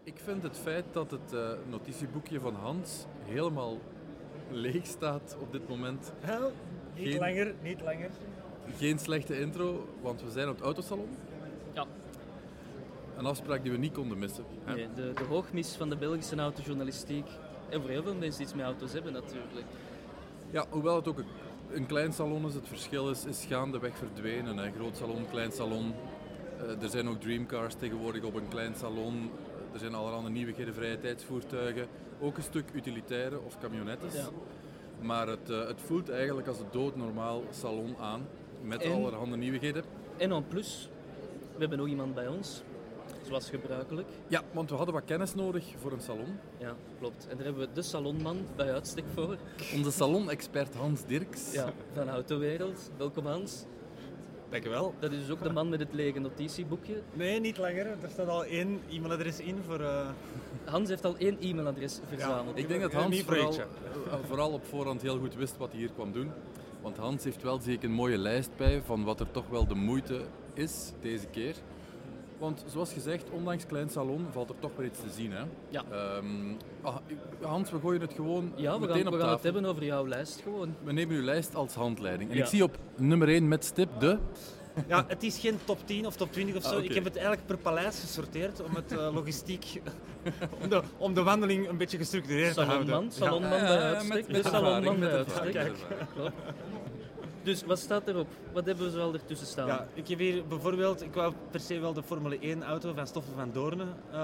Ik vind het feit dat het notitieboekje van Hans helemaal leeg staat op dit moment Niet langer. geen slechte intro, want we zijn op het autosalon. Ja. Een afspraak die we niet konden missen. Hè? Nee, de hoogmis van de Belgische autojournalistiek. En voor heel veel mensen die iets met auto's hebben natuurlijk. Ja, hoewel het ook een klein salon is, het verschil is gaandeweg verdwenen. Hè. Groot salon, klein salon. Er zijn ook dreamcars tegenwoordig op een klein salon. Er zijn allerhande nieuwigheden, vrije tijdsvoertuigen. Ook een stuk utilitaire of camionettes. Ja. Maar het voelt eigenlijk als een doodnormaal salon aan. Met allerhande nieuwigheden. En en plus, we hebben ook iemand bij ons. Zoals gebruikelijk. Ja, want we hadden wat kennis nodig voor een salon. Ja, klopt. En daar hebben we de salonman bij uitstek voor. Onze salonexpert Hans Dirks. Ja, van Autowereld. Welkom Hans. Dankjewel. Dat is dus ook de man met het lege notitieboekje. Nee, niet langer. Er staat al 1 e-mailadres in voor... Hans heeft al 1 e-mailadres verzameld. Ik denk dat Hans vooral op voorhand heel goed wist wat hij hier kwam doen. Want Hans heeft wel zeker een mooie lijst bij van wat er toch wel de moeite is deze keer. Want zoals gezegd, ondanks klein salon valt er toch weer iets te zien. Hè? Ja. Hans, we gooien het gewoon Ja, we meteen op gaan tafel. het hebben over jouw lijst gewoon. We nemen uw lijst als handleiding. En Ja. ik zie op nummer 1 met stip de... Ja, het is geen top 10 of top 20 of zo. Ah, oké. Ik heb het eigenlijk per paleis gesorteerd om het logistiek... om de wandeling een beetje gestructureerd te houden. Salonman bij uitstek. met De salonman bij ervaring. uitstek. Klopt. Dus wat staat erop? Wat hebben we zoal ertussen staan? Ja, ik heb hier bijvoorbeeld... Ik wou per se wel de Formule 1 auto van Stoffel van Doorne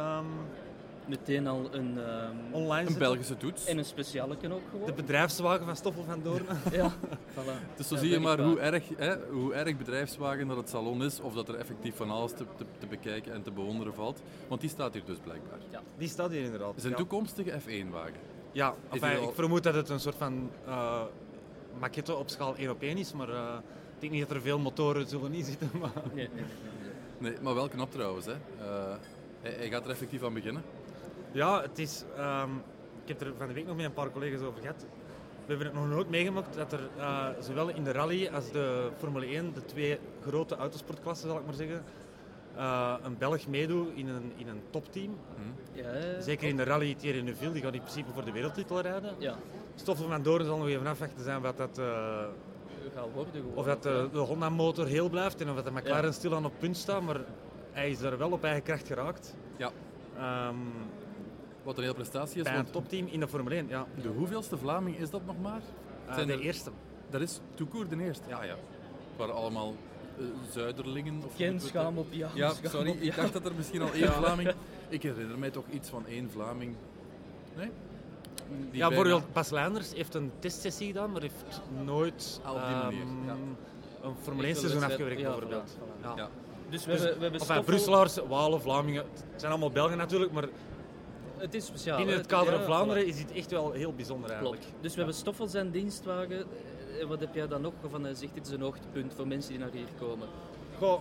Meteen al een... online Een zetten. Belgische toets. En een specialeke ook gewoon. De bedrijfswagen van Stoffel van Doorne. Ja, voilà. Dus zo Ja, zie je maar werkbaar. hoe erg bedrijfswagen dat het salon is, of dat er effectief van alles te bekijken en te bewonderen valt. Want die staat hier dus blijkbaar. Ja. Die staat hier inderdaad. Het is een toekomstige F1-wagen. Ja, Is enfin, die al- ik vermoed dat het een soort van maquette op schaal 1 op 1 is, maar ik denk niet dat er veel motoren zullen in zitten. Maar... Nee. Nee, maar wel knap trouwens. Hè. Hij gaat er effectief aan beginnen. Ja, het is... ik heb er van de week nog met een paar collega's over gehad. We hebben het nog nooit meegemaakt dat er zowel in de rally als de Formule 1, de 2 grote autosportklassen zal ik maar zeggen, een Belg meedoet in een topteam. Ja, Zeker in de rally Thierry Neuville, die gaat in principe voor de wereldtitel rijden. Ja, Stoffel van Doorn zal nog even afwachten zijn wat dat... we gaan worden gewoon. Of dat de Honda-motor heel blijft en of dat de McLaren stilaan op punt staat, maar hij is er wel op eigen kracht geraakt. Ja, wat een hele prestatie is. Bij een Want topteam in de Formule 1, ja. de hoeveelste Vlaming is dat nog maar? Zijn De er- eerste. Dat is tout court de eerste. Ja. Het waren allemaal Zuiderlingen. Of Geen schaam op Jan. Ja, schaam sorry. op Ik Jan. dacht dat er misschien al 1 Vlaming... Ik herinner mij toch iets van 1 Vlaming. Nee? Die Ja, bijna- bijvoorbeeld Bas Leijnders heeft een testsessie gedaan, maar heeft nooit Ah, op die manier, ja. een Formule 1 seizoen afgewerkt, Ja, bijvoorbeeld. voilà. Ja. Ja. Dus we hebben Enfin, Stoffel... Brusselaars, Walen, Vlamingen, het zijn allemaal Belgen natuurlijk, maar Het is speciaal. binnen hè? het kader Ja, van Vlaanderen voilà. is dit echt wel heel bijzonder eigenlijk. Klopt. Dus we hebben Stoffel zijn dienstwagen. Wat heb jij dan nog van hij zegt dit is een hoogtepunt voor mensen die naar hier komen? Goh,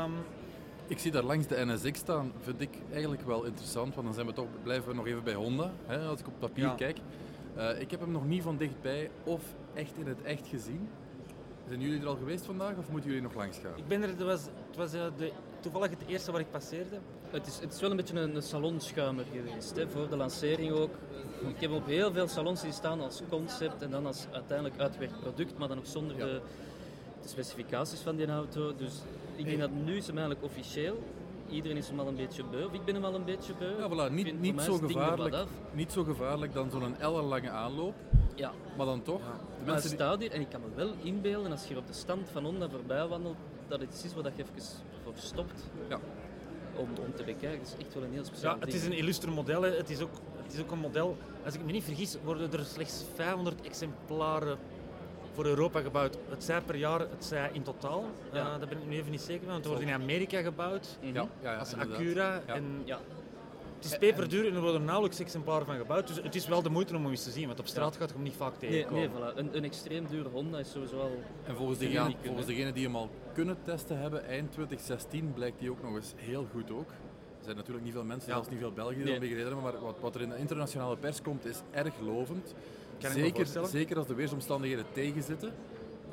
Ik zie daar langs de NSX staan, vind ik eigenlijk wel interessant, want dan zijn we toch, blijven we nog even bij Honda, hè, als ik op papier Ja. kijk. Ik heb hem nog niet van dichtbij of echt in het echt gezien. Zijn jullie er al geweest vandaag of moeten jullie nog langs gaan? ik ben er, het was toevallig het eerste waar ik passeerde. Het is wel een beetje een salonschuimer geweest, hè, voor de lancering ook. Ik heb hem op heel veel salons zien staan als concept en dan als uiteindelijk uitwerkproduct, maar dan nog zonder Ja. de specificaties van die auto. Dus ik denk dat nu is hem eigenlijk officieel. Iedereen is hem al een beetje beu, of ik ben hem al een beetje beu. Ja, voilà, Ik vind, voor niet, mij zo is het ding er wat gevaarlijk, af. niet zo gevaarlijk dan zo'n ellenlange aanloop, Ja, maar dan toch. De maar hij mensen die- staat hier en ik kan me wel inbeelden als je hier op de stand van Honda voorbij wandelt, dat het iets is waar je even voor stopt Ja. om te bekijken. Het is echt wel een heel speciaal Ja, het ding. is een illustre model. Hè. Het is ook een model, als ik me niet vergis, worden er slechts 500 exemplaren voor Europa gebouwd. Het zij per jaar, het zij in totaal. Ja. Daar ben ik nu even niet zeker van, want het wordt in Amerika gebouwd. Mhm. ja, Als inderdaad. Acura. Ja. En Ja. het is peperduur en er worden nauwelijks exemplaren van gebouwd. Dus het is wel de moeite om hem eens te zien, want op straat gaat je hem niet vaak Nee, tegenkomen. voilà. Een extreem dure Honda is sowieso al... En volgens Ja, degenen niet kunnen. degene die hem al kunnen testen hebben, eind 2016 blijkt die ook nog eens heel goed ook. Er zijn natuurlijk niet veel mensen, Ja. zelfs niet veel Belgen die Nee. dat begereden hebben, maar wat er in de internationale pers komt is erg lovend. Kan ik me voorstellen. Zeker als de weersomstandigheden tegenzitten.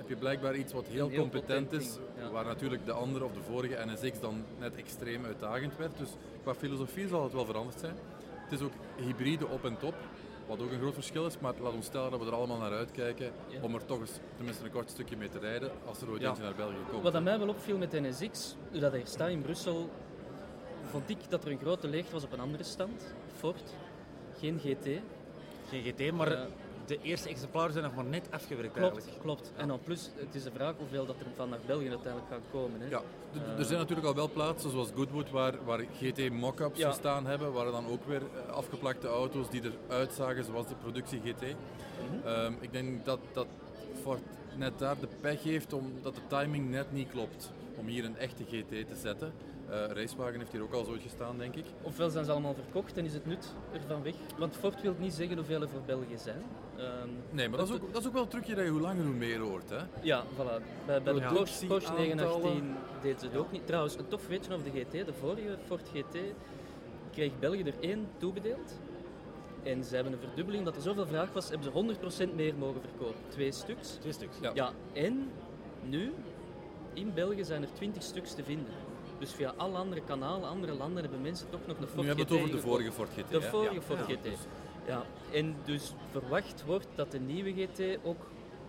heb je blijkbaar iets wat heel Een heel competent potent is, ding, ja. waar natuurlijk de andere of de vorige NSX dan net extreem uitdagend werd. Dus qua filosofie zal het wel veranderd zijn. Het is ook hybride op en top, wat ook een groot verschil is, maar laat ons stellen dat we er allemaal naar uitkijken om er toch eens tenminste een kort stukje mee te rijden als er ooit eentje naar België komt. Wat aan mij wel opviel met de NSX, toen dat er staat in Brussel, vond ik dat er een grote leegte was op een andere stand. Ford, geen GT. Geen GT, maar de eerste exemplaren zijn nog maar net afgewerkt eigenlijk. Klopt. En dan plus, het is de vraag hoeveel dat er van naar België uiteindelijk gaat komen. Hè. Ja, er zijn natuurlijk al wel plaatsen zoals Goodwood waar GT mock-ups gestaan hebben, waar dan ook weer afgeplakte auto's die eruit zagen zoals de productie GT. Ik denk dat Ford net daar de pech heeft omdat de timing net niet klopt om hier een echte GT te zetten. Racewagen heeft hier ook al zo gestaan, denk ik. Ofwel zijn ze allemaal verkocht en is het nut ervan weg. Want Ford wil niet zeggen hoeveel er voor België zijn. Nee, maar dat is ook wel een trucje dat je hoe langer hoe meer hoort. Hè? Ja, voilà. Bij de Porsche 918 deed ze het ook niet. Trouwens, een tof weetje over de GT, de vorige Ford GT, kreeg België er 1 toebedeeld. En ze hebben een verdubbeling, omdat er zoveel vraag was, hebben ze 100% meer mogen verkopen. 2 stuks. 2 stuks. Ja, en nu, in België zijn er 20 stuks te vinden. Dus via alle andere kanalen, andere landen, hebben mensen toch nog een Ford GT. Nu hebben we het over de vorige Ford GT. De vorige Ford GT. Ja, en dus verwacht wordt dat de nieuwe GT ook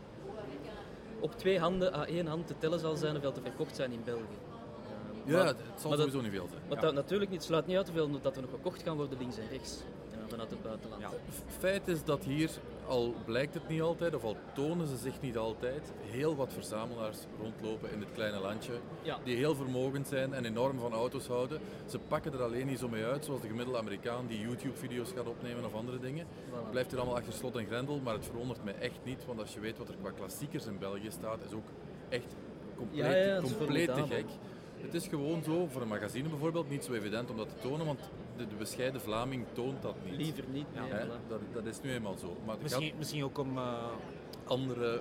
op 2 handen, aan 1 hand te tellen zal zijn hoeveel te verkocht zijn in België. Het zal sowieso niet veel zijn. Wat dat natuurlijk niet sluit niet uit hoeveel dat er nog gekocht gaan worden links en rechts. Vanuit het buitenland. Ja. Feit is dat hier, al blijkt het niet altijd, of al tonen ze zich niet altijd, heel wat verzamelaars rondlopen in dit kleine landje, die heel vermogend zijn en enorm van auto's houden. Ze pakken er alleen niet zo mee uit, zoals de gemiddelde Amerikaan die YouTube-video's gaat opnemen of andere dingen. Het blijft hier allemaal achter slot en grendel, maar het verwondert mij echt niet, want als je weet wat er qua klassiekers in België staat, is ook echt compleet te gek. Het is gewoon zo, voor een magazine bijvoorbeeld, niet zo evident om dat te tonen, want de bescheiden Vlaming toont dat niet. Liever niet, nee, dat is nu eenmaal zo. Maar misschien ook om andere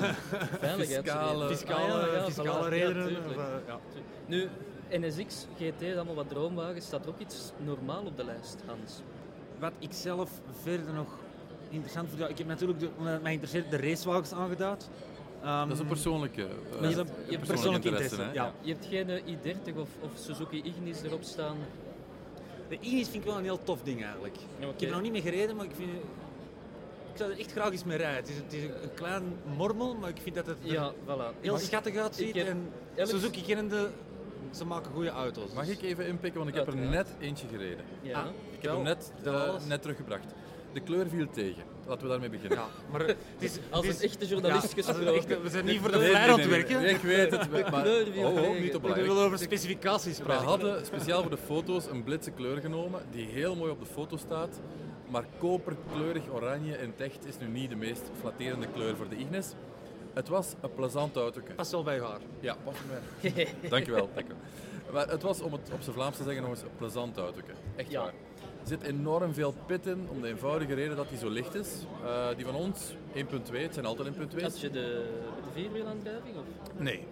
fiscale redenen. Nu, NSX, GT, allemaal wat droomwagens, staat er ook iets normaal op de lijst, Hans? Wat ik zelf verder nog interessant vind, ik heb natuurlijk mij interesseert de racewagens aangeduid. Dat is een persoonlijke persoonlijke interesse. Ja. Je hebt geen i30 of Suzuki Ignis erop staan? De Ignis vind ik wel een heel tof ding eigenlijk. Okay. Ik heb er nog niet mee gereden, maar ik zou er echt graag eens mee rijden. Het is een klein mormel, maar ik vind dat het heel schattig uitziet. En Suzuki kennende, ze maken goede auto's. Mag ik even inpikken, want ik heb er net eentje gereden. Ja. Ik heb hem net teruggebracht. De kleur viel tegen. Laten we daarmee beginnen. Ja, maar het is een echte journalist gesproken. We zijn niet voor de flyer aan het werken. Nee, ik weet het. Maar niet op we willen over specificaties praten. We hadden speciaal voor de foto's een blitse kleur genomen, die heel mooi op de foto staat. Maar koperkleurig oranje in het echt is nu niet de meest flatterende kleur voor de Ignis. Het was een plezant autootje. Past wel bij haar. Ja, past bij mij. Dankjewel. Maar het was, om het op zijn Vlaams te zeggen, nog eens een plezant autootje. Echt waar. Er zit enorm veel pit in, om de eenvoudige reden dat hij zo licht is. Die van ons, 1.2, het zijn altijd 1.2's. Had je de vierwielaandrijving? Nee,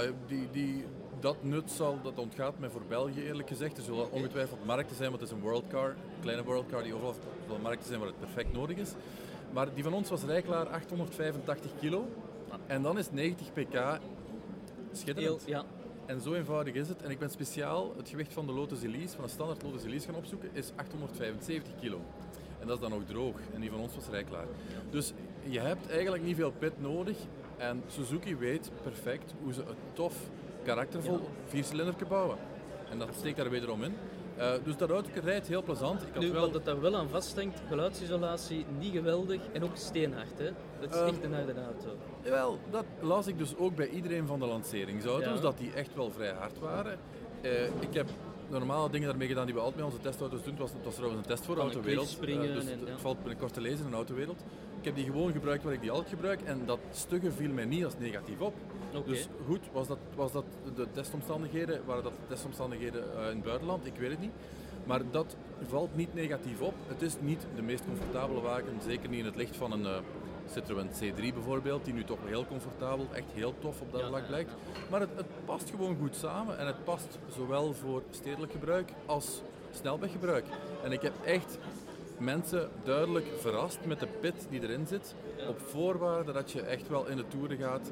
dat nut dat ontgaat mij voor België eerlijk gezegd. Er zullen ongetwijfeld markten zijn, want het is een worldcar, een kleine worldcar die overal zullen markten zijn waar het perfect nodig is. Maar die van ons was rijklaar 885 kilo en dan is 90 pk schitterend. En zo eenvoudig is het. En ik ben speciaal het gewicht van de Lotus Elise, van een standaard Lotus Elise gaan opzoeken, is 875 kilo. En dat is dan nog droog. En die van ons was rijklaar. Dus je hebt eigenlijk niet veel pit nodig. En Suzuki weet perfect hoe ze een tof, karaktervol viercilindertje bouwen. En dat steekt daar wederom in. Dus dat auto rijdt heel plezant. Wat het daar wel aan vasthangt, geluidsisolatie niet geweldig en ook steenhard. Hè? Dat is echt een harde auto. Jawel, dat las ik dus ook bij iedereen van de lanceringsauto's, dat die echt wel vrij hard waren. Ik heb de normale dingen daarmee gedaan die we altijd bij onze testauto's doen. Het was trouwens een test voor Autowereld. Dus het valt binnenkort te lezen in Autowereld. Ik heb die gewoon gebruikt waar ik die altijd gebruik en dat stugge viel mij niet als negatief op. Dus goed, was dat de testomstandigheden? Waren dat de testomstandigheden in het buitenland? Ik weet het niet. Maar dat valt niet negatief op. Het is niet de meest comfortabele wagen, zeker niet in het licht van een Citroën C3 bijvoorbeeld, die nu toch heel comfortabel, echt heel tof op dat vlak blijkt. Maar het past gewoon goed samen en het past zowel voor stedelijk gebruik als snelweggebruik. En ik heb echt mensen duidelijk verrast met de pit die erin zit, op voorwaarde dat je echt wel in de toeren gaat,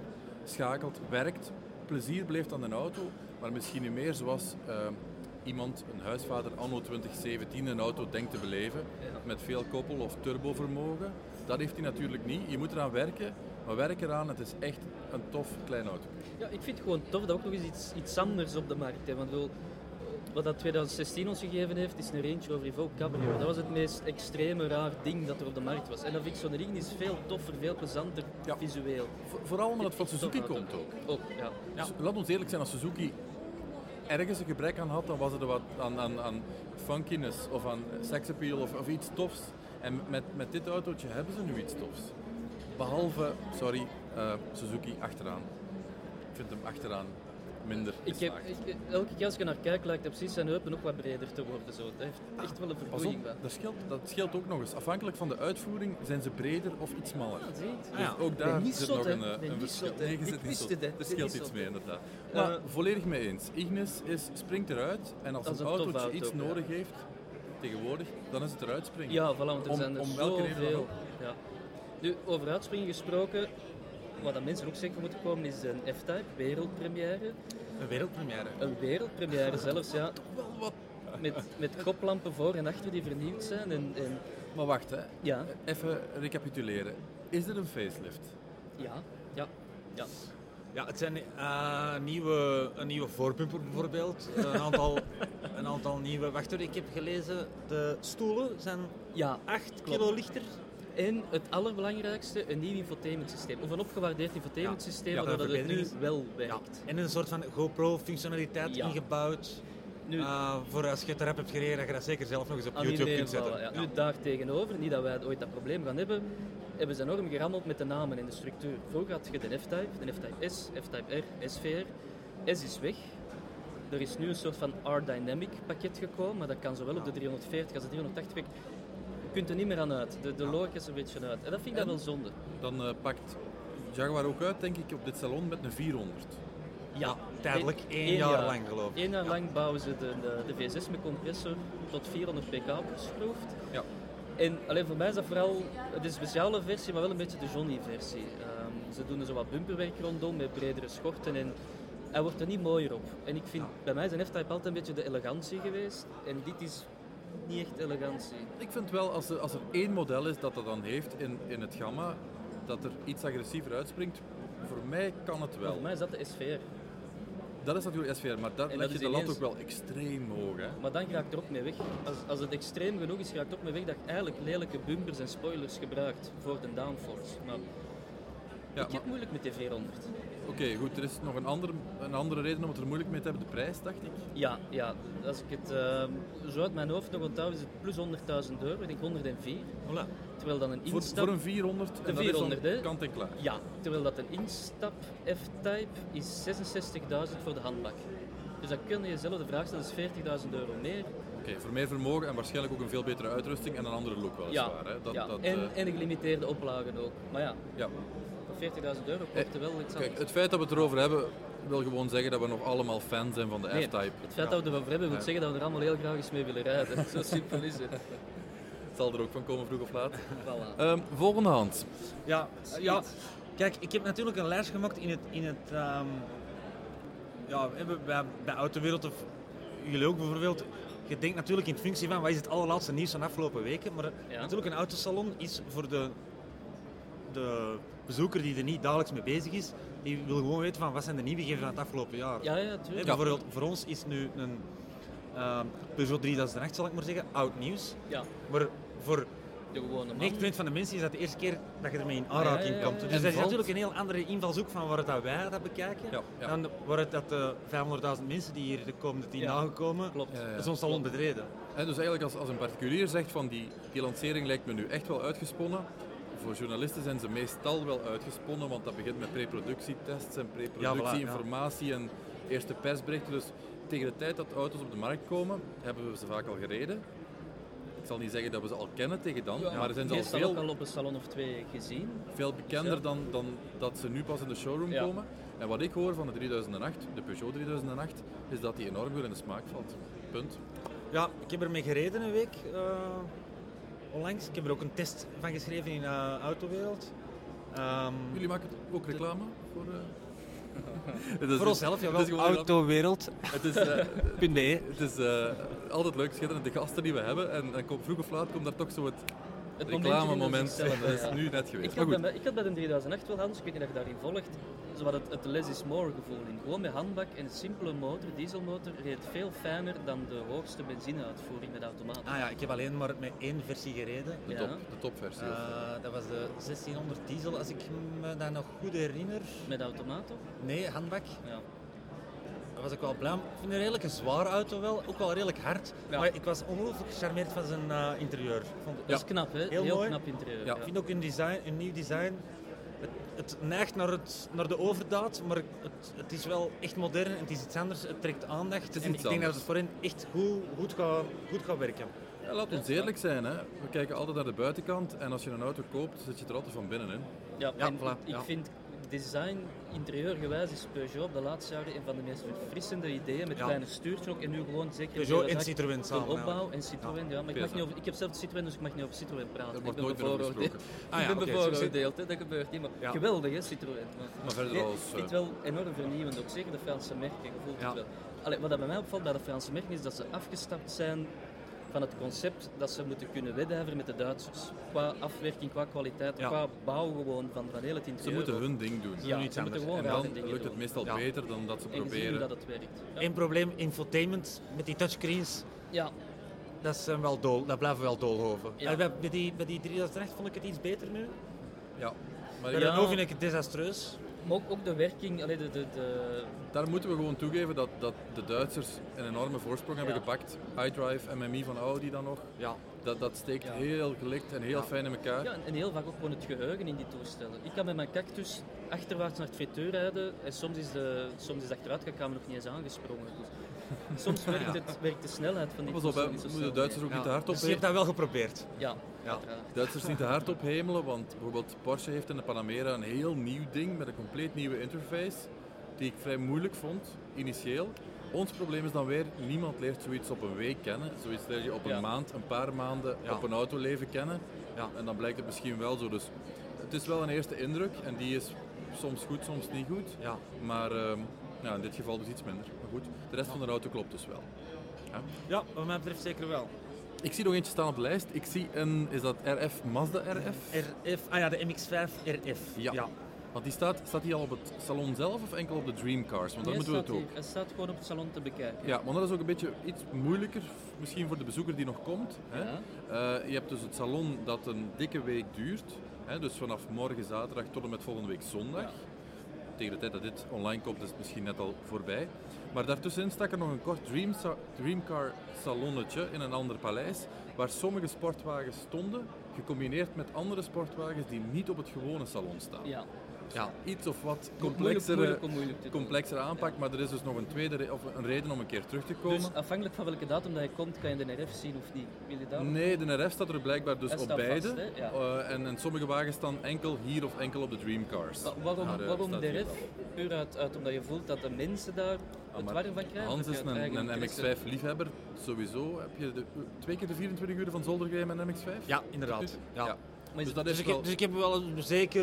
schakelt, werkt, plezier beleeft aan de auto, maar misschien niet meer zoals iemand, een huisvader anno 2017, een auto denkt te beleven, met veel koppel- of turbovermogen. Dat heeft hij natuurlijk niet. Je moet eraan werken, maar werk eraan, het is echt een tof klein auto. Ja, ik vind het gewoon tof dat ook nog eens iets anders op de markt is. Want wat dat 2016 ons gegeven heeft, is een Range Rover Evoque Cabrio. Dat was het meest extreme, raar ding dat er op de markt was. En dan vind ik zo'n ding is veel toffer, veel plezanter visueel. Vooral omdat het van Suzuki komt ook. Ja. Laat ons eerlijk zijn, als Suzuki ergens een gebrek aan had, dan was het er wat aan funkiness of aan sexappeal of iets tofs. En met dit autootje hebben ze nu iets tofs. Behalve, Suzuki achteraan. Ik vind hem achteraan minder geslaagd. Elke keer als ik er naar kijk, lijkt het precies zijn heupen nog wat breder te worden. Zo. Het heeft echt wel een vergroeiing bij. Dat scheelt ook nog eens. Afhankelijk van de uitvoering zijn ze breder of iets smaller. Ja, zie dus ook daar zit nog een verschil. Nee, je zit niet zot. Er scheelt iets mee, inderdaad. Maar volledig mee eens. Ignis springt eruit en als een autootje iets nodig heeft, tegenwoordig, dan is het eruit springen. Ja, voilà, want er zijn er zoveel. Ja. Nu, over uitspringen gesproken, wat dat mensen ook zeker moeten komen, is een F-Type, wereldpremière. Een wereldpremière? Een wereldpremière zelfs, ja. Met koplampen voor en achter die vernieuwd zijn. En... Maar wacht, hè. Ja. Even recapituleren. Is dit een facelift? Ja. Ja, het zijn een nieuwe voorbumper bijvoorbeeld. Een aantal nieuwe... Wacht hoor, ik heb gelezen, de stoelen zijn 8 kilo lichter. En het allerbelangrijkste, een nieuw infotainmentsysteem. Of een opgewaardeerd infotainmentsysteem, waardoor het nu wel werkt. En een soort van GoPro-functionaliteit ingebouwd. Nu, voor als je het erop hebt gereden, dat je dat zeker zelf nog eens op YouTube kunt zetten. Nu daar tegenover, niet dat wij ooit dat probleem gaan hebben ze enorm gerammeld met de namen en de structuur. Vroeger had je de F-Type, de F-Type S, F-Type R, SVR. S is weg. Er is nu een soort van R-Dynamic pakket gekomen, maar dat kan zowel op de 340 als de 380 weg. Je kunt er niet meer aan uit. De logica is een beetje uit. En dat vind ik dan wel zonde. Dan pakt Jaguar ook uit, denk ik, op dit salon met een 400. Ja, tijdelijk 1 jaar lang geloof ik. 1 jaar lang bouwen ze de V6 met compressor tot 400 pk opgeschroefd. Ja. En alleen voor mij is dat vooral de speciale versie, maar wel een beetje de Johnny-versie. Ze doen er zo wat bumperwerk rondom met bredere schorten en hij wordt er niet mooier op. En ik vind, bij mij is een F-Type altijd een beetje de elegantie geweest en dit is niet echt elegantie. Ik vind wel, als er één model is dat dan heeft in het gamma, dat er iets agressiever uitspringt, voor mij kan het wel. Voor mij is dat de SVR. Dat is natuurlijk SVR, maar daar leg je de lat ook wel extreem hoog. Hè? Maar dan raakt er ook mee weg. Als het extreem genoeg is, raakt er ook mee weg dat je eigenlijk lelijke bumpers en spoilers gebruikt voor de downforce. Maar ik heb moeilijk met de 400. Oké, goed. Er is nog een andere reden om het er moeilijk mee te hebben. De prijs, dacht ik? Ja. Als ik het zo uit mijn hoofd nog onthoud, is het plus €100.000. Ik denk 104. Voilà. Terwijl dan een instap... Voor een 400? De 400, hè? Kant en klaar. Ja, terwijl dat een instap F-Type is 66.000 voor de handbak. Dus dan kun je jezelf de vraag stellen, dat is €40.000 meer. Oké, voor meer vermogen en waarschijnlijk ook een veel betere uitrusting en een andere look weliswaar. En een gelimiteerde oplagen ook. Maar ja. Voor €40.000 kost er wel iets anders. Kijk, het feit dat we het erover hebben, wil gewoon zeggen dat we nog allemaal fan zijn van de F-Type. Het feit dat we erover hebben, wil zeggen dat we er allemaal heel graag eens mee willen rijden. Zo simpel is het. Zal er ook van komen, vroeg of laat. Voilà. Volgende hand. Ja, kijk, ik heb natuurlijk een lijst gemaakt bij Autowereld of jullie ook bijvoorbeeld. Je denkt natuurlijk in functie van wat is het allerlaatste nieuws van de afgelopen weken, maar natuurlijk een autosalon is voor de bezoeker die er niet dagelijks mee bezig is, die wil gewoon weten van wat zijn de nieuwigheden van het afgelopen jaar. Ja, tuurlijk. Bijvoorbeeld voor ons is nu een Peugeot 3008, zal ik maar zeggen, oud nieuws. Ja. Maar voor de gewone 90% van de mensen is dat de eerste keer dat je ermee in aanraking komt. Dus dat is natuurlijk een heel andere invalshoek van waar dat wij dat bekijken. Dan waar het dat de 500.000 mensen die hier de komende 10 dagen komen, dat is ons salon betreden. En dus eigenlijk als een particulier zegt van die lancering lijkt me nu echt wel uitgesponnen. Voor journalisten zijn ze meestal wel uitgesponnen, want dat begint met preproductietests en preproductieinformatie en eerste persberichten. Dus tegen de tijd dat auto's op de markt komen, hebben we ze vaak al gereden. Ik zal niet zeggen dat we ze al kennen tegen dan, maar er zijn ze al al op een salon of 2 gezien. Veel bekender dan dat ze nu pas in de showroom komen. En wat ik hoor van de 3008, de Peugeot 3008, is dat die enorm goed in de smaak valt. Punt. Ja, ik heb ermee gereden een week. Onlangs. Ik heb er ook een test van geschreven in Autowereld. Jullie maken ook reclame voor... Voor onszelf, jawel. Autowereld.be. Het is altijd leuk, schitterend, de gasten die we hebben. En vroeg of laat komt daar toch zo het reclamemoment. Dat is nu net geweest. Ik had bij de 3008 wel, Hans, ik weet niet of je daarin volgt, zo wat het less is more gevoel in. Gewoon met handbak en een simpele motor, dieselmotor, reed veel fijner dan de hoogste benzineuitvoering met automaat. Ik heb alleen maar met één versie gereden. De topversie. Dat was de 1600 diesel, als ik me dat nog goed herinner. Met automaat toch? Nee, handbak. Ja. Daar was ik wel blij. Ik vind het een redelijk zware auto wel, ook wel redelijk hard. Ja. Maar ik was ongelooflijk gecharmeerd van zijn interieur. Dat is knap, hè? Heel mooi. Knap interieur. Ja. Ik vind ook een nieuw design. Het neigt naar de overdaad, maar het is wel echt modern en het is iets anders. Het trekt aandacht en ik denk dat het voor hen echt goed gaat werken. Ja, laat ons eerlijk zijn, hè. We kijken altijd naar de buitenkant en als je een auto koopt, zit je er altijd van binnenin. Ik vind design, interieurgewijs is Peugeot de laatste jaren een van de meest verfrissende ideeën met kleine stuurtjes ook en nu gewoon zeker Peugeot en Citroën samen. De opbouw en Citroën, maar ik heb zelf Citroën, dus ik mag niet over Citroën praten. Er wordt nooit meer over gesproken. Ik ben bevooroordeeld, dat gebeurt niet, maar geweldig hè, Citroën. Maar verder ik vind het wel enorm vernieuwend, ook zeker de Franse merken, je voelt het wel. Allee, wat bij mij opvalt bij de Franse merken is dat ze afgestapt zijn van het concept dat ze moeten kunnen wedijveren met de Duitsers. Qua afwerking, qua kwaliteit, qua bouw gewoon van heel het interieur. Ze moeten hun ding doen. Ze moeten gewoon en dan lukt het meestal beter dan dat ze proberen. Dat het werkt. Eén probleem, infotainment met die touchscreens. Ja. Dat blijven wel doolhoven. Ja. Bij die 3008 vond ik het iets beter nu. Ja. Maar bij Renault vind ik het desastreus. Maar ook de werking, Daar moeten we gewoon toegeven dat de Duitsers een enorme voorsprong hebben gepakt. iDrive, MMI van Audi dan nog. Ja. Dat steekt heel gelikt en heel fijn in elkaar. Ja, en heel vaak ook gewoon het geheugen in die toestellen. Ik kan met mijn Cactus achterwaarts naar het friteur rijden en soms is de achteruitkam nog niet eens aangesprongen. Dus soms werkt de snelheid van die toestellen niet zo snel. Moeten de Duitsers ook niet te hard dus je hebt dat wel geprobeerd? Ja. Duitsers niet te hard ophemelen, want bijvoorbeeld Porsche heeft in de Panamera een heel nieuw ding met een compleet nieuwe interface, die ik vrij moeilijk vond, initieel. Ons probleem is dan weer, niemand leert zoiets op een week kennen. Zoiets leer je op een maand, een paar maanden op een auto leven kennen. Ja. En dan blijkt het misschien wel zo. Dus het is wel een eerste indruk en die is soms goed, soms niet goed. Ja. Maar in dit geval dus iets minder. Maar goed, de rest van de auto klopt dus wel. Ja, wat mij betreft zeker wel. Ik zie nog eentje staan op de lijst. Ik zie is dat RF, Mazda RF? De MX-5 RF. Ja. Want die staat die al op het salon zelf of enkel op de Dreamcars? Want daar moeten we het ook. Hij staat gewoon op het salon te bekijken. Ja, want dat is ook een beetje iets moeilijker, misschien voor de bezoeker die nog komt. Hè? Je hebt dus het salon dat een dikke week duurt. Hè? Dus vanaf morgen zaterdag tot en met volgende week zondag. Ja. Tegen de tijd dat dit online komt is het misschien net al voorbij. Maar daartussenin stak er nog een kort Dreamcar salonnetje in een ander paleis, waar sommige sportwagens stonden, gecombineerd met andere sportwagens die niet op het gewone salon staan. Ja, iets of wat complexere aanpak, maar er is dus nog een reden om een keer terug te komen. Dus afhankelijk van welke datum dat je komt, kan je de RF zien of niet? Wil je dat? Nee, de RF staat er blijkbaar dus op beide. Vast, en sommige wagens staan enkel hier of enkel op de Dreamcars. Waarom de RF? Puur uit omdat je voelt dat de mensen daar het warm van krijgen? Hans is een MX-5 liefhebber. Sowieso. Heb je 2 keer de 24 uur van zolder gegeven met een MX-5? Ja, inderdaad. Ja. Dus ik heb wel een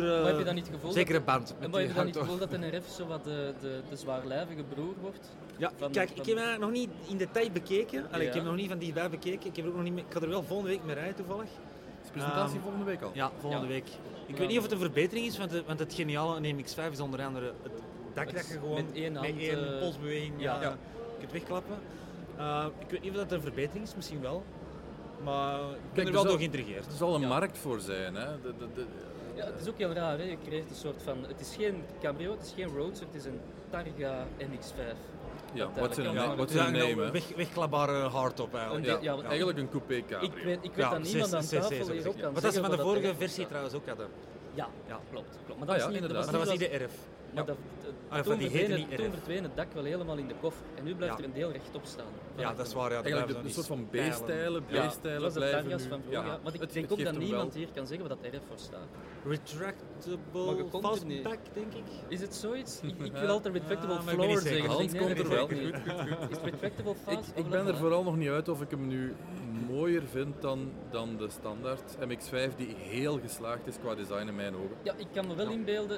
zekere band met maar heb je dan niet het gevoel dat een RF zo wat de zwaarlijvige broer wordt? Ja, kijk, ik heb haar nog niet in detail bekeken. Ik heb nog niet van dichtbij bekeken. Ik ga er wel volgende week mee rijden toevallig. Is de presentatie volgende week al? Ja, volgende week. Ik weet niet of het een verbetering is, want het geniale aan een MX-5 is onder andere het dak dat je gewoon met één polsbeweging kunt wegklappen. Ik weet niet of dat een verbetering is, misschien wel. Maar ik ben er wel door geïntrigeerd. Er zal een markt voor zijn. Hè? Ja, het is ook heel raar. Hè? Je creëert een soort van... Het is geen cabrio, het is geen roadster, het is een Targa MX-5. Ja, wat ze nemen. Wegklapbare hardtop eigenlijk. Ja, eigenlijk een coupé cabrio. Ik weet dat niemand aan tafel hier ook kan wat ze van de vorige versie trouwens ook hadden. Ja, klopt. Maar dat was niet de RF. Maar toen verdween het dak wel helemaal in de koffer. En nu blijft er een deel rechtop staan. Ja, dat is waar. Eigenlijk een soort van B-stijlen blijven nu. Maar ik denk ook dat niemand hier kan zeggen wat dat RF voor staat. Retractable fastback, denk ik. Is het zoiets? Ik wil altijd retractable floor zeggen. Hans komt er wel. Is retractable fast? Ik ben er vooral nog niet uit of ik hem nu mooier vind dan de standaard MX-5 die heel geslaagd is qua design in mijn ogen. Ja, ik kan me wel inbeelden.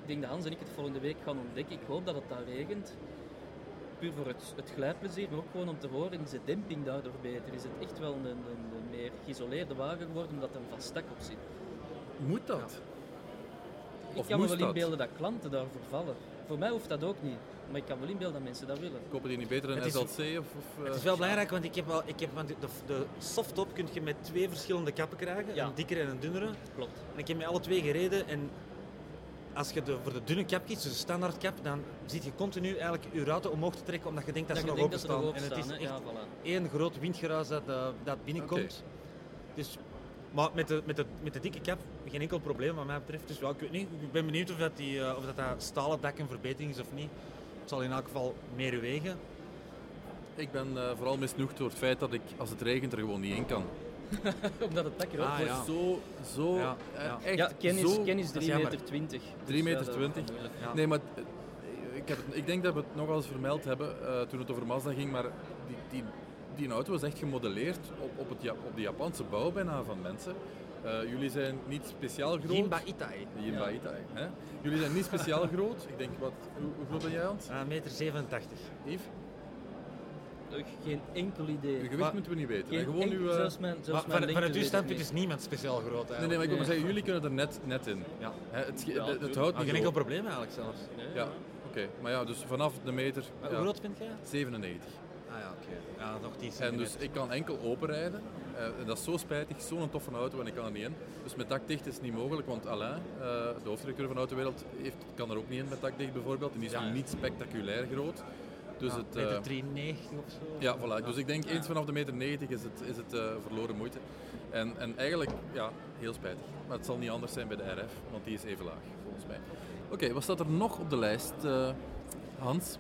denk dat Hans en ik het volgende week gaan ontdekken. Ik hoop dat het daar regent. Puur voor het glijplezier, maar ook gewoon om te horen, is de demping daardoor beter? Is het echt wel een meer geïsoleerde wagen geworden omdat er een vast stak op zit? Moet dat? Ik kan me wel inbeelden dat klanten daarvoor vallen. Voor mij hoeft dat ook niet, maar ik kan wel inbeelden dat mensen dat willen. Kopen die niet beter een SLC? Het is wel belangrijk, want want de softtop kun je met 2 verschillende kappen krijgen, een dikkere en een dunnere. Klopt. En ik heb met alle 2 gereden en als je voor de dunne kap kiest, dus de standaard kap, dan zit je continu eigenlijk je ruiten omhoog te trekken omdat je denkt dat ze nog open staan. En het is echt één groot windgeruis dat binnenkomt. Okay. Dus, maar met de dikke kap geen enkel probleem wat mij betreft. Dus ik weet niet, ik ben benieuwd of dat stalen dak een verbetering is of niet. Het zal in elk geval meer wegen. Ik ben vooral misnoegd door het feit dat ik, als het regent, er gewoon niet in kan. Omdat het dak erop wordt. Echt kennis 3,20 meter. 3,20 meter. Ja. Nee, maar ik denk dat we het nog wel eens vermeld hebben toen het over Mazda ging, maar die auto was echt gemodelleerd op de Japanse bouw bijna van mensen. Jullie zijn niet speciaal groot. Jinba Itai. Hè? Jullie zijn niet speciaal groot. Ik denk, hoe groot ben jij, Hans? 1,87 meter. Yves? Geen enkel idee. Je gewicht moeten we niet weten. Vanuit uw standpunt is niemand speciaal groot eigenlijk. Nee, maar ik wil maar zeggen, jullie kunnen er net in. Ja. Het houdt niet geen enkel probleem eigenlijk zelfs. Ja, oké. Maar ja, dus vanaf de meter... Hoe groot bent jij? 97. Oké. Ja, nog 10 En dus ik kan enkel openrijden. En dat is zo spijtig, zo'n toffe auto en ik kan er niet in. Dus met dak dicht is het niet mogelijk, want Alain, de hoofdredacteur van de Autowereld, kan er ook niet in met dak dicht bijvoorbeeld. En die is niet spectaculair groot. Dus meter 93 of zo. Ja, voilà. Dus ik denk eens vanaf de meter 90 is het verloren moeite. En eigenlijk, heel spijtig. Maar het zal niet anders zijn bij de RF, want die is even laag, volgens mij. Oké, wat staat er nog op de lijst, Hans?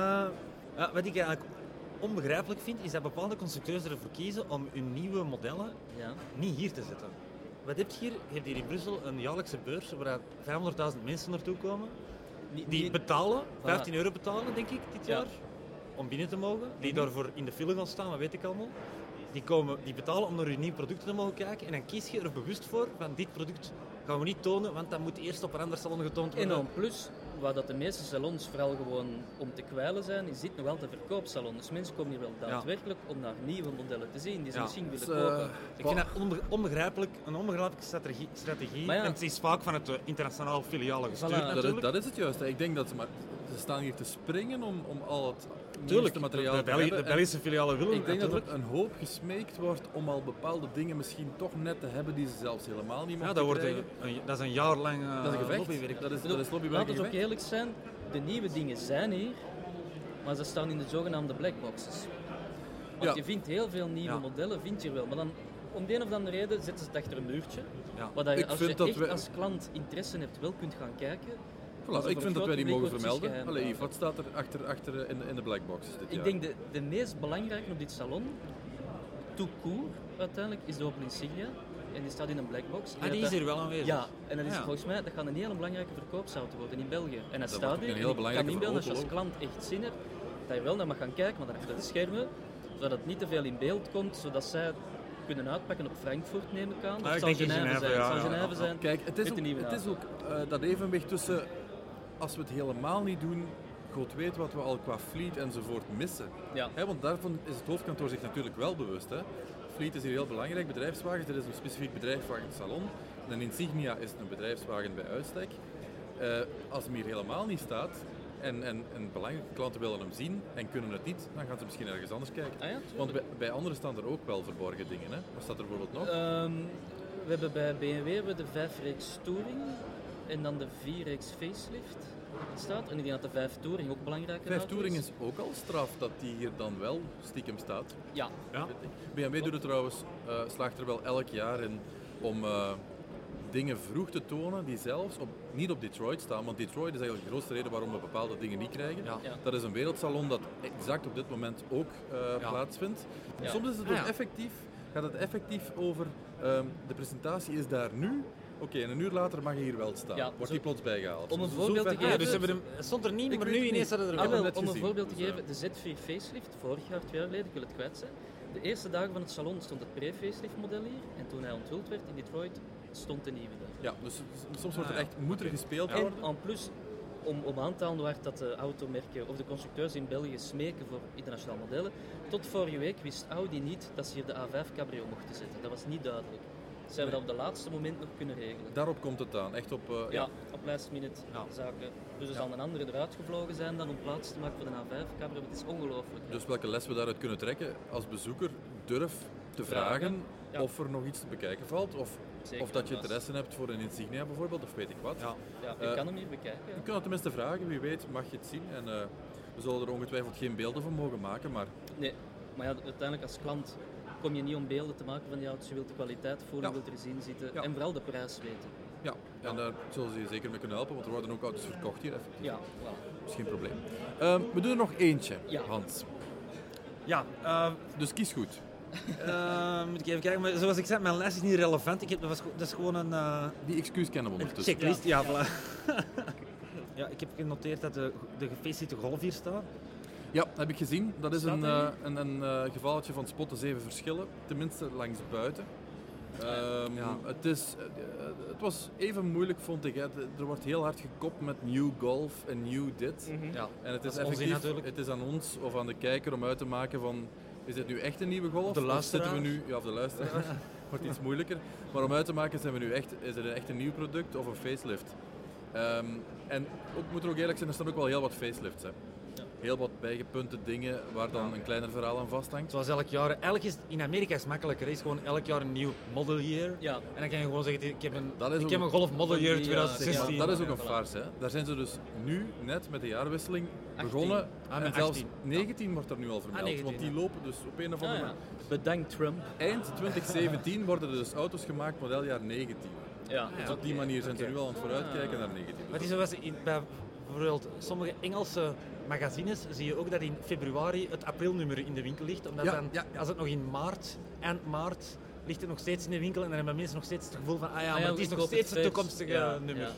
Wat ik eigenlijk onbegrijpelijk vind, is dat bepaalde constructeurs ervoor kiezen om hun nieuwe modellen niet hier te zetten. Wat heb je hier? Je hebt hier in Brussel een jaarlijkse beurs waar 500.000 mensen naartoe komen. Die betalen, €15 betalen denk ik dit jaar, om binnen te mogen. Die daarvoor in de file gaan staan, dat weet ik allemaal. Die betalen om naar hun nieuw product te mogen kijken. En dan kies je er bewust voor, van dit product gaan we niet tonen, want dat moet eerst op een ander salon getoond worden. En dan plus, waar dat de meeste salons vooral gewoon om te kwijlen zijn, is dit nog altijd een verkoopsalon. Dus mensen komen hier wel daadwerkelijk om naar nieuwe modellen te zien, die ze misschien willen kopen. Ik vind dat een onbegrijpelijke strategie. Maar en het is vaak van het internationaal filialen gestuurd natuurlijk. Dat is het juist. Ik denk dat ze staan hier te springen om al het nieuwste materiaal te hebben. De Belgische filialen willen. Ik denk dat er een hoop gesmeekt wordt om al bepaalde dingen misschien toch net te hebben die ze zelfs helemaal niet mogen krijgen. Dat is een jaar lang lobbywerk. Dat is lobbywerk. Laten we ook eerlijk zijn, de nieuwe dingen zijn hier, maar ze staan in de zogenaamde blackboxes. Want je vindt heel veel nieuwe modellen, vind je wel, maar dan om de een of andere reden zetten ze het achter een muurtje, waar je als je echt als klant interesse hebt wel kunt gaan kijken. Voilà, ik vind dat wij die mogen vermelden. Yves, wat staat er achter in de blackboxes dit jaar? Ik denk de meest belangrijke op dit salon, tout court uiteindelijk, is de Opel Insignia. En die staat in een blackbox. Die is hier wel aanwezig. Ja, en dat is volgens mij, dat gaat een hele belangrijke verkoopsauto worden in België. En dat staat hier. Ik kan inbeelden als je als klant echt zin hebt, dat je wel naar mag gaan kijken, maar dan achter de schermen, zodat het niet te veel in beeld komt, zodat zij het kunnen uitpakken op Frankfurt, neem ik aan. Het zal Genève zijn. Kijk, het is ook dat evenwicht tussen, als we het helemaal niet doen, God weet wat we al qua fleet enzovoort missen. Ja. Want daarvan is het hoofdkantoor zich natuurlijk wel bewust. Fleet is hier heel belangrijk, bedrijfswagens. Er is een specifiek bedrijfswagensalon. Een Insignia is een bedrijfswagen bij uitstek. Als hem hier helemaal niet staat en belangrijke klanten willen hem zien en kunnen het niet, dan gaan ze misschien ergens anders kijken. Want bij anderen staan er ook wel verborgen dingen. Hè? Wat staat er bijvoorbeeld nog? We hebben bij BMW de 5-reeks Touring en dan de 4-reeks Facelift. Staat. En ik denk dat de 5 Touring ook belangrijk is. 5 Touring is ook al straf dat die hier dan wel stiekem staat. Ja. BMW doet het trouwens, slaagt er wel elk jaar in om dingen vroeg te tonen die zelfs niet op Detroit staan. Want Detroit is eigenlijk de grootste reden waarom we bepaalde dingen niet krijgen. Ja. Dat is een wereldsalon dat exact op dit moment ook plaatsvindt. Ja. Soms is het ook gaat het effectief over de presentatie is daar nu. Oké, en een uur later mag je hier wel staan. Wordt die plots bijgehaald. Om een voorbeeld te geven... dus het stond er niet, maar nu ineens hadden er wel. Om een voorbeeld te geven, de Z4 Facelift, vorig jaar, 2 jaar geleden, ik wil het kwijt zijn. De eerste dagen van het salon stond het pre-facelift model hier. En toen hij onthuld werd in Detroit, stond de nieuwe daar. Ja, dus soms wordt er echt moet er gespeeld En worden. en plus, om aan te halen waar dat de automerken of de constructeurs in België smeken voor internationale modellen. Tot vorige week wist Audi niet dat ze hier de A5 Cabrio mochten zetten. Dat was niet duidelijk. Ze hebben dat op de laatste moment nog kunnen regelen. Daarop komt het aan, echt op... Op last minute zaken. Dus er zal een andere eruit gevlogen zijn dan om plaats te maken voor de A5 Cabrio. Het is ongelooflijk. Dus welke les we daaruit kunnen trekken als bezoeker, durf te vragen of er nog iets te bekijken valt. Of dat je interesse hebt voor een Insignia bijvoorbeeld, of weet ik wat. Je kan hem hier bekijken. Je kunt het tenminste vragen, wie weet mag je het zien. En we zullen er ongetwijfeld geen beelden van mogen maken, maar... Nee, maar uiteindelijk als klant kom je niet om beelden te maken van die auto's. Je wilt de kwaliteit voelen, je wilt er zien zitten en vooral de prijs weten. Ja, en daar zullen ze je zeker mee kunnen helpen, want er worden ook auto's verkocht hier effectief. Ja, voilà. Dat is geen probleem. We doen er nog eentje, Hans. Ja, dus kies goed. moet ik even kijken, maar zoals ik zei, mijn lijst is niet relevant. Dat is gewoon een... Die excuus kennen we ondertussen. Checklist, ja, voilà. Ja, ik heb genoteerd dat de gefaceliftde Golf hier staat. Ja, dat heb ik gezien. Dat is een gevalletje van spotte 7 verschillen, tenminste langs buiten. Het was even moeilijk, vond ik. Hè. Er wordt heel hard gekopt met New Golf en New dit. Ja, en het is effectief, natuurlijk. Het is aan ons of aan de kijker om uit te maken van... Is dit nu echt een nieuwe Golf? De luisteraar. Of zitten we nu... Ja, of de luisteraar. Wordt iets moeilijker. Maar om uit te maken, is het echt een nieuw product of een facelift? En moet er ook eerlijk zijn, er staan ook wel heel wat facelifts. Hè. Heel wat bijgepunte dingen waar dan een kleiner verhaal aan vasthangt. Zoals elk jaar. Eigenlijk is in Amerika is het makkelijker. Het is gewoon elk jaar een nieuw model year. Ja. En dan kan je gewoon zeggen, ik heb een een Golf model year 2016. Ja, dat is ook een farce. Hè. Daar zijn ze dus nu, net met de jaarwisseling, 18. begonnen. En zelfs 18. 19 wordt er nu al vermeld. 19, want die lopen dus op een of andere manier. Bedankt Trump. Eind 2017 worden er dus auto's gemaakt, modeljaar 19. Ja. Dus op die manier zijn ze nu al aan het vooruitkijken naar 19. Maar het is zoals bij bijvoorbeeld sommige Engelse magazines zie je ook dat in februari het aprilnummer in de winkel ligt. Omdat als het nog in eind maart, ligt het nog steeds in de winkel en dan hebben mensen nog steeds het gevoel van maar het is nog steeds het toekomstige nummer.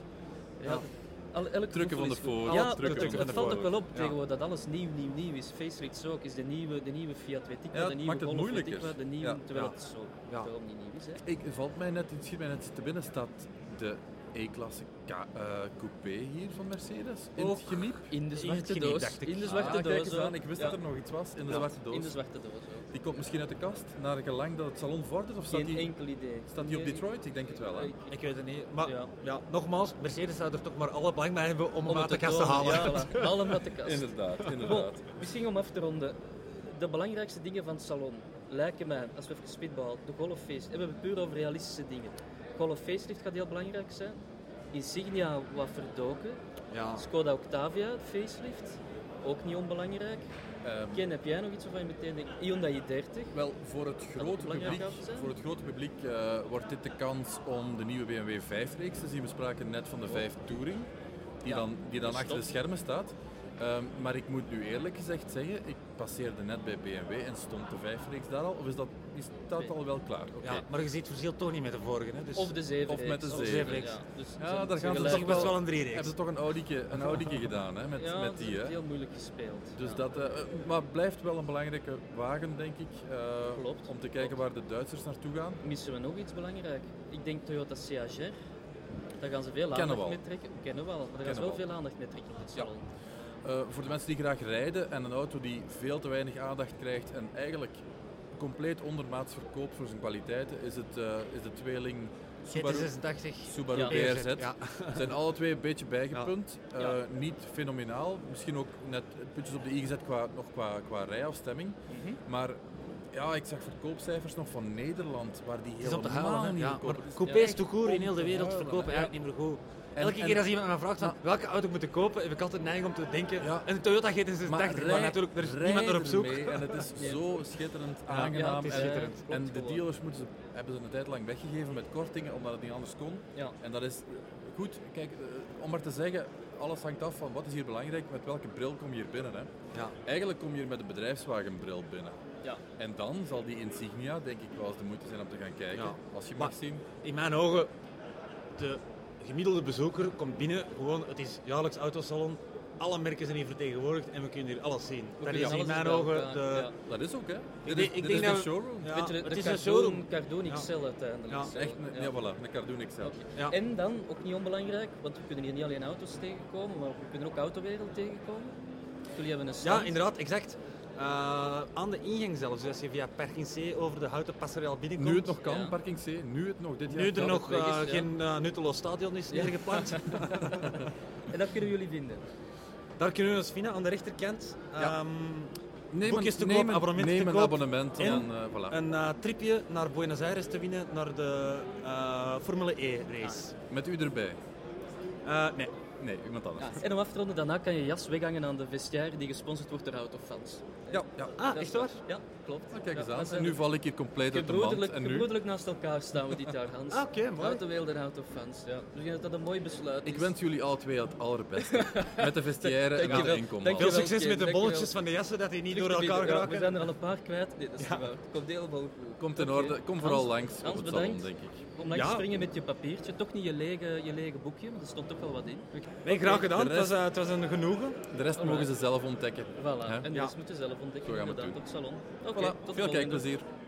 Drukken van de foto. Ja, het valt ook wel op tegenwoordig dat alles nieuw is. Facelifts ook, is de nieuwe Fiat weet ik wat, de nieuwe Golf weet ik wat, de nieuwe, terwijl het zo daarom niet nieuw is. Hè. Het schiet mij net te binnen, staat de E-klasse coupé hier van Mercedes in het geniep. In de zwarte doos. Dacht ik. In de zwarte doos. Kijk eens aan, ik wist dat er nog iets was. In de zwarte doos. In de zwarte doos. Die komt misschien uit de kast, naar gelang dat het salon vordert? Of staat Geen enkel idee. Staat die op Detroit? Ik denk het wel. Hè? Ik weet het niet. Maar nogmaals, Mercedes zou er toch maar alle belang bij hebben om hem uit de kast te halen. Ja, voilà. Haal hem uit de kast. Inderdaad. Misschien om af te ronden. De belangrijkste dingen van het salon lijken mij, als we even spitballen, de Golf Facelift. We hebben het puur over realistische dingen. Golf Facelift gaat heel belangrijk zijn. Insignia wat verdoken. Ja. Skoda Octavia facelift, ook niet onbelangrijk. Ken, heb jij nog iets waarvan je meteen denkt? Hyundai i30? Wel, voor het grote publiek wordt dit de kans om de nieuwe BMW 5-reeks te zien. We spraken net van de 5 Touring, die dan achter de schermen staat. Maar ik moet nu eerlijk gezegd zeggen, ik passeerde net bij BMW en stond de 5-reeks daar al. Of is dat al wel klaar? Okay. Ja, maar je ziet het verschil toch niet met de vorige. Hè? Dus of de 7-reeks. Of met de 7-reeks. Daar gaan ze toch wel een 3-reeks. Hebben ze toch een Audi'tje gedaan hè, met die. Dat is heel moeilijk gespeeld. Dus maar het blijft wel een belangrijke wagen, denk ik. Klopt. Om te kijken waar de Duitsers naartoe gaan. Missen we nog iets belangrijk? Ik denk Toyota CHR. Daar gaan ze veel aandacht mee trekken. Kennen we wel, maar daar gaan ze wel veel aandacht mee trekken op het salon. Voor de mensen die graag rijden en een auto die veel te weinig aandacht krijgt en eigenlijk compleet ondermaats verkoopt voor zijn kwaliteiten, is de tweeling Subaru BRZ. Ja. Zijn alle twee een beetje bijgepunt. Niet fenomenaal, misschien ook net puntjes op de i gezet qua rijafstemming. Maar ja, ik zag verkoopcijfers nog van Nederland, waar die helemaal niet verkopen. Maar coupés tout court in heel de wereld verkopen eigenlijk niet meer goed. Elke keer als iemand me vraagt van welke auto ik moet kopen, heb ik altijd neiging om te denken, een Toyota GT86, maar natuurlijk, er is niemand naar op zoek. En het is zo schitterend, aangenaam. En de dealers hebben ze een tijd lang weggegeven met kortingen, omdat het niet anders kon. Ja. En dat is goed, kijk, om maar te zeggen, alles hangt af van wat is hier belangrijk, met welke bril kom je hier binnen. Hè? Ja. Eigenlijk kom je hier met een bedrijfswagenbril binnen. Ja. En dan zal die Insignia, denk ik, wel eens de moeite zijn om te gaan kijken, als je mag zien. In mijn ogen, de gemiddelde bezoeker komt binnen, gewoon, het is jaarlijks autosalon, alle merken zijn hier vertegenwoordigd en we kunnen hier alles zien. Dat kunnen is in alles mijn bij ogen elkaar, de... ja. Dat is ook, hè. Ik Dit denk is dat de we- showroom. Ja, Weet je, het de is een showroom. Cardoon Ja. XL uiteindelijk. Ja. Zo, Echt, ja, voilà, een Cardoon XL. Oké. Ja. En dan, ook niet onbelangrijk, want we kunnen hier niet alleen auto's tegenkomen, maar we kunnen ook autowereld tegenkomen. Jullie hebben een stand. Ja, inderdaad, exact. Aan de ingang zelfs, dus als je via parking C over de houten passerel binnenkomt. Nu het nog kan, Ja. parking C, nu het nog dit jaar Nu er kan. nog weg is, ja. geen nutteloos stadion is neergeplant. En dat kunnen jullie vinden. Daar kunnen we ons vinden aan de rechterkant. Ja. Boekjes te neem koop, een- abonnementen neem te een koop. abonnement En en voilà. een tripje naar Buenos Aires te winnen, naar de Formule E race. Met u erbij. Nee. Nee, iemand anders. Ja. En om af te ronden, daarna kan je jas weghangen aan de vestiaire die gesponsord wordt door autofans. Ja, ja. Ah, Dat is echt waar? Ja, klopt. Nou, kijk eens Ja, aan. we zijn En nu val ik hier compleet uit de mand. gebroederlijk, En nu? gebroederlijk naast elkaar staan we dit jaar, Hans. Ah, oké, mooi. Autowereld en autofans. Ja. Dus ik denk dat dat een mooi besluit is. Ik wens jullie alle twee het allerbeste. Met de vestiaire en met de Dankjewel. inkomen. Dankjewel. Veel succes met de Dankjewel. bolletjes van de jassen, dat die niet Terug door te elkaar bieden. Ja, geraken. we zijn er al een paar kwijt. Nee, dat is niet waar. Het komt helemaal goed. Komt in Oké. orde. Kom vooral Hans- langs op Hans, het salon, bedankt denk ik. om langs te Ja. springen met je papiertje. Toch niet je lege boekje, want er stond toch wel wat in. Nee, graag gedaan. de Het rest- was een genoegen. De rest mogen ze zelf ontdekken. Voilà. Hè? En de Ja. rest moeten zelf ontdekken Zo gaan we het inderdaad, doen. op het salon. Oké, Voilà. tot de Veel volgende. kijkplezier.